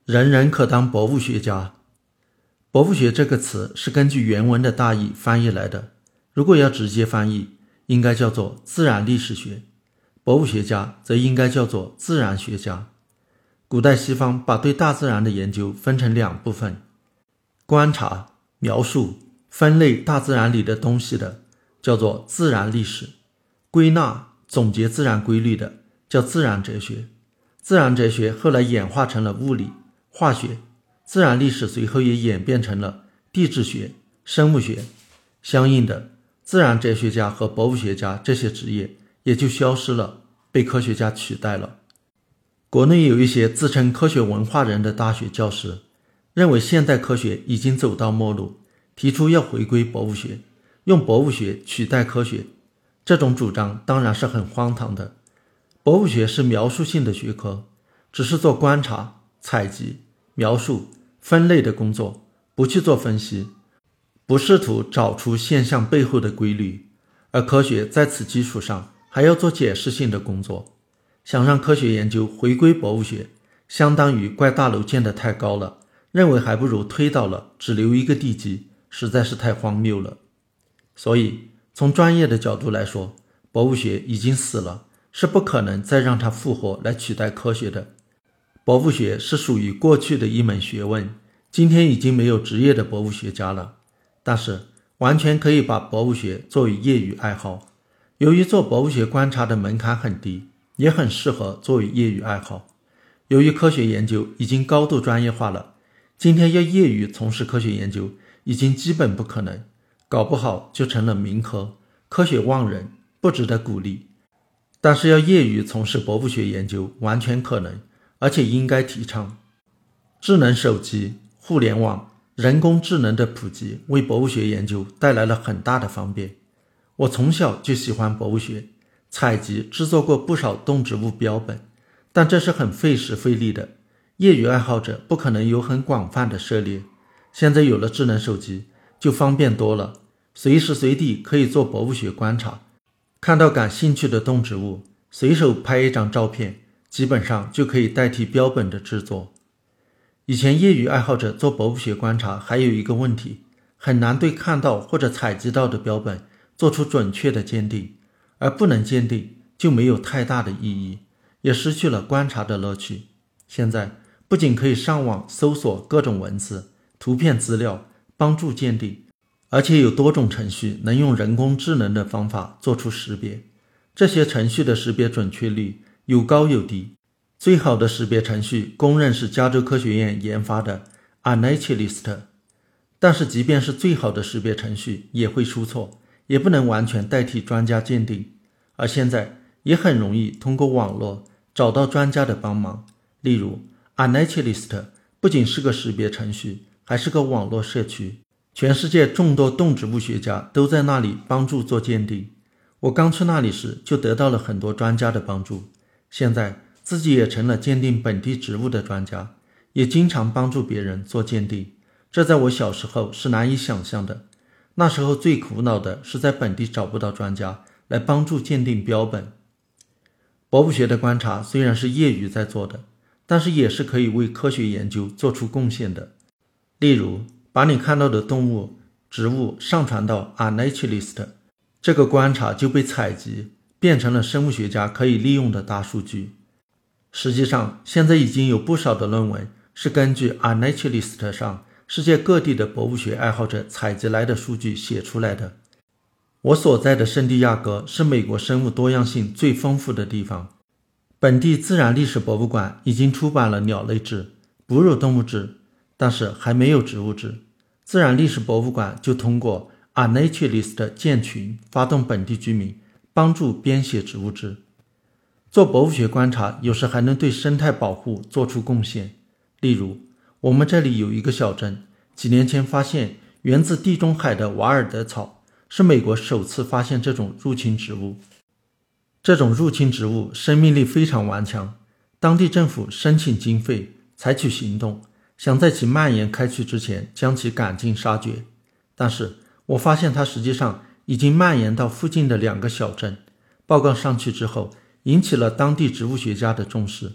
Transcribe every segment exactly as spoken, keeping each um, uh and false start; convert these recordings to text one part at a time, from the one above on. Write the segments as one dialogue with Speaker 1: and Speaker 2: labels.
Speaker 1: 人人可当博物学家。博物学这个词是根据原文的大意翻译来的，如果要直接翻译，应该叫做自然历史学，博物学家则应该叫做自然学家。古代西方把对大自然的研究分成两部分，观察、描述、分类大自然里的东西的叫做自然历史，归纳、总结自然规律的叫自然哲学。自然哲学后来演化成了物理、化学，自然历史随后也演变成了地质学、生物学。相应的，自然哲学家和博物学家这些职业也就消失了，被科学家取代了。国内有一些自称科学文化人的大学教师，认为现代科学已经走到末路，提出要回归博物学，用博物学取代科学。这种主张当然是很荒唐的。博物学是描述性的学科，只是做观察、采集、描述、分类的工作，不去做分析，不试图找出现象背后的规律。而科学在此基础上还要做解释性的工作。想让科学研究回归博物学，相当于怪大楼建得太高了，认为还不如推倒了，只留一个地基，实在是太荒谬了。所以从专业的角度来说，博物学已经死了，是不可能再让它复活来取代科学的。博物学是属于过去的一门学问，今天已经没有职业的博物学家了，但是完全可以把博物学作为业余爱好。由于做博物学观察的门槛很低，也很适合作为业余爱好。由于科学研究已经高度专业化了，今天要业余从事科学研究已经基本不可能，搞不好就成了民科，科学忘人，不值得鼓励。但是要业余从事博物学研究完全可能，而且应该提倡。智能手机、互联网、人工智能的普及为博物学研究带来了很大的方便。我从小就喜欢博物学，采集制作过不少动植物标本，但这是很费时费力的，业余爱好者不可能有很广泛的涉猎。现在有了智能手机就方便多了，随时随地可以做博物学观察，看到感兴趣的动植物，随手拍一张照片，基本上就可以代替标本的制作。以前业余爱好者做博物学观察还有一个问题，很难对看到或者采集到的标本做出准确的鉴定，而不能鉴定就没有太大的意义，也失去了观察的乐趣。现在不仅可以上网搜索各种文字、图片资料帮助鉴定，而且有多种程序能用人工智能的方法做出识别。这些程序的识别准确率有高有低，最好的识别程序公认是加州科学院研发的 iNaturalist， 但是即便是最好的识别程序也会出错，也不能完全代替专家鉴定。而现在也很容易通过网络找到专家的帮忙，例如 iNaturalist 不仅是个识别程序，还是个网络社区，全世界众多动植物学家都在那里帮助做鉴定。我刚去那里时就得到了很多专家的帮助，现在自己也成了鉴定本地植物的专家，也经常帮助别人做鉴定。这在我小时候是难以想象的，那时候最苦恼的是在本地找不到专家来帮助鉴定标本。博物学的观察虽然是业余在做的，但是也是可以为科学研究做出贡献的。例如，把你看到的动物、植物上传到 iNaturalist， 这个观察就被采集，变成了生物学家可以利用的大数据。实际上，现在已经有不少的论文是根据 iNaturalist 上世界各地的博物学爱好者采集来的数据写出来的。我所在的圣地亚哥是美国生物多样性最丰富的地方，本地自然历史博物馆已经出版了鸟类志、哺乳动物志，但是还没有植物志。自然历史博物馆就通过 iNaturalist 建群，发动本地居民帮助编写植物志。做博物学观察有时还能对生态保护做出贡献。例如，我们这里有一个小镇，几年前发现源自地中海的瓦尔德草，是美国首次发现这种入侵植物。这种入侵植物生命力非常顽强，当地政府申请经费，采取行动，想在其蔓延开去之前将其赶尽杀绝。但是我发现它实际上已经蔓延到附近的两个小镇，报告上去之后引起了当地植物学家的重视。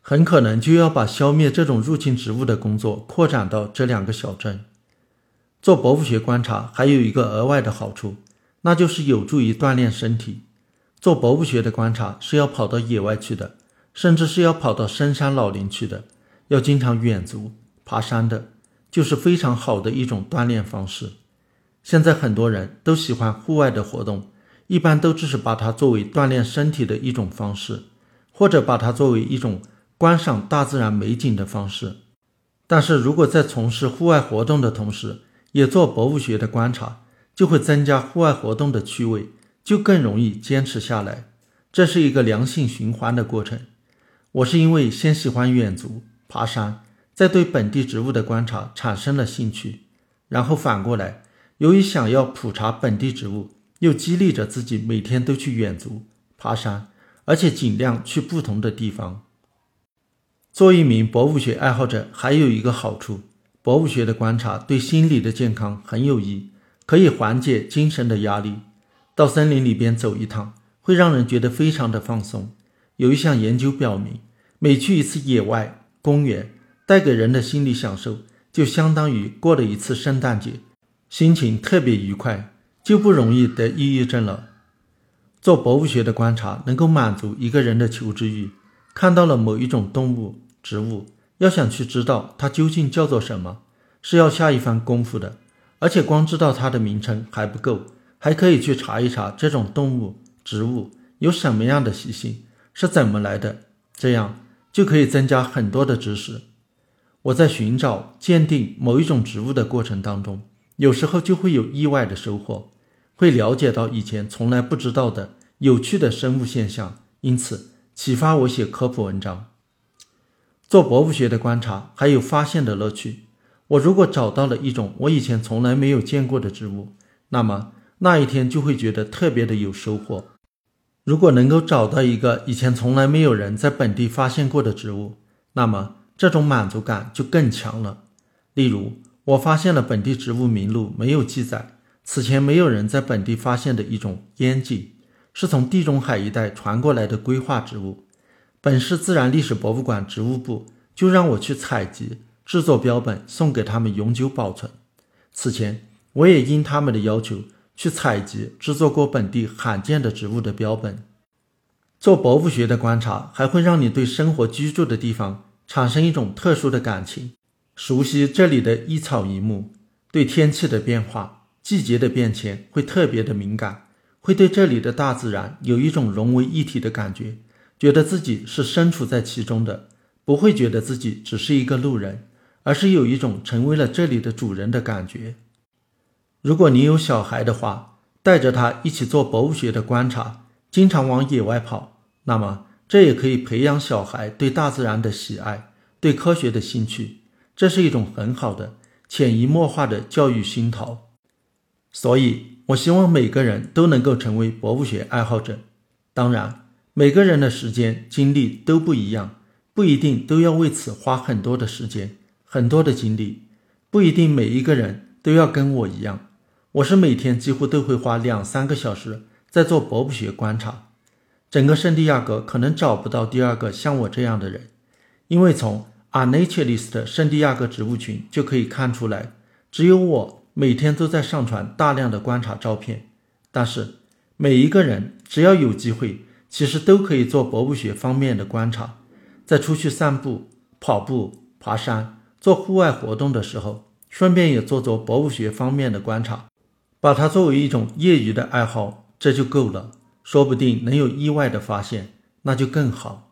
Speaker 1: 很可能就要把消灭这种入侵植物的工作扩展到这两个小镇。做博物学观察还有一个额外的好处，那就是有助于锻炼身体。做博物学的观察是要跑到野外去的，甚至是要跑到深山老林去的，要经常远足爬山的，就是非常好的一种锻炼方式。现在很多人都喜欢户外的活动，一般都只是把它作为锻炼身体的一种方式，或者把它作为一种观赏大自然美景的方式。但是如果在从事户外活动的同时也做博物学的观察，就会增加户外活动的趣味，就更容易坚持下来。这是一个良性循环的过程。我是因为先喜欢远足爬山，再对本地植物的观察产生了兴趣，然后反过来，由于想要普查本地植物，又激励着自己每天都去远足爬山，而且尽量去不同的地方。做一名博物学爱好者还有一个好处，博物学的观察对心理的健康很有益，可以缓解精神的压力。到森林里边走一趟，会让人觉得非常的放松。有一项研究表明，每去一次野外公园，带给人的心理享受就相当于过了一次圣诞节，心情特别愉快，就不容易得抑郁症了。做博物学的观察能够满足一个人的求知欲，看到了某一种动物植物，要想去知道它究竟叫做什么，是要下一番功夫的。而且光知道它的名称还不够，还可以去查一查这种动物植物有什么样的习性，是怎么来的，这样就可以增加很多的知识。我在寻找鉴定某一种植物的过程当中，有时候就会有意外的收获，会了解到以前从来不知道的有趣的生物现象，因此启发我写科普文章。做博物学的观察还有发现的乐趣。我如果找到了一种我以前从来没有见过的植物，那么那一天就会觉得特别的有收获。如果能够找到一个以前从来没有人在本地发现过的植物，那么这种满足感就更强了。例如，我发现了本地植物名录没有记载，此前没有人在本地发现的一种烟茎，是从地中海一带传过来的规划植物。本市自然历史博物馆植物部就让我去采集，制作标本送给他们永久保存。此前我也因他们的要求去采集制作过本地罕见的植物的标本。做博物学的观察还会让你对生活居住的地方产生一种特殊的感情，熟悉这里的一草一木，对天气的变化季节的变迁会特别的敏感，会对这里的大自然有一种融为一体的感觉，觉得自己是身处在其中的，不会觉得自己只是一个路人，而是有一种成为了这里的主人的感觉。如果你有小孩的话，带着他一起做博物学的观察，经常往野外跑，那么这也可以培养小孩对大自然的喜爱，对科学的兴趣，这是一种很好的潜移默化的教育熏陶。所以我希望每个人都能够成为博物学爱好者。当然，每个人的时间精力都不一样，不一定都要为此花很多的时间很多的精力，不一定每一个人都要跟我一样。我是每天几乎都会花两三个小时在做博物学观察，整个圣地亚哥可能找不到第二个像我这样的人。因为从 Unnaturalist 圣地亚哥植物群就可以看出来，只有我每天都在上传大量的观察照片。但是每一个人只要有机会，其实都可以做博物学方面的观察。在出去散步跑步爬山做户外活动的时候，顺便也做做博物学方面的观察，把它作为一种业余的爱好，这就够了，说不定能有意外的发现，那就更好。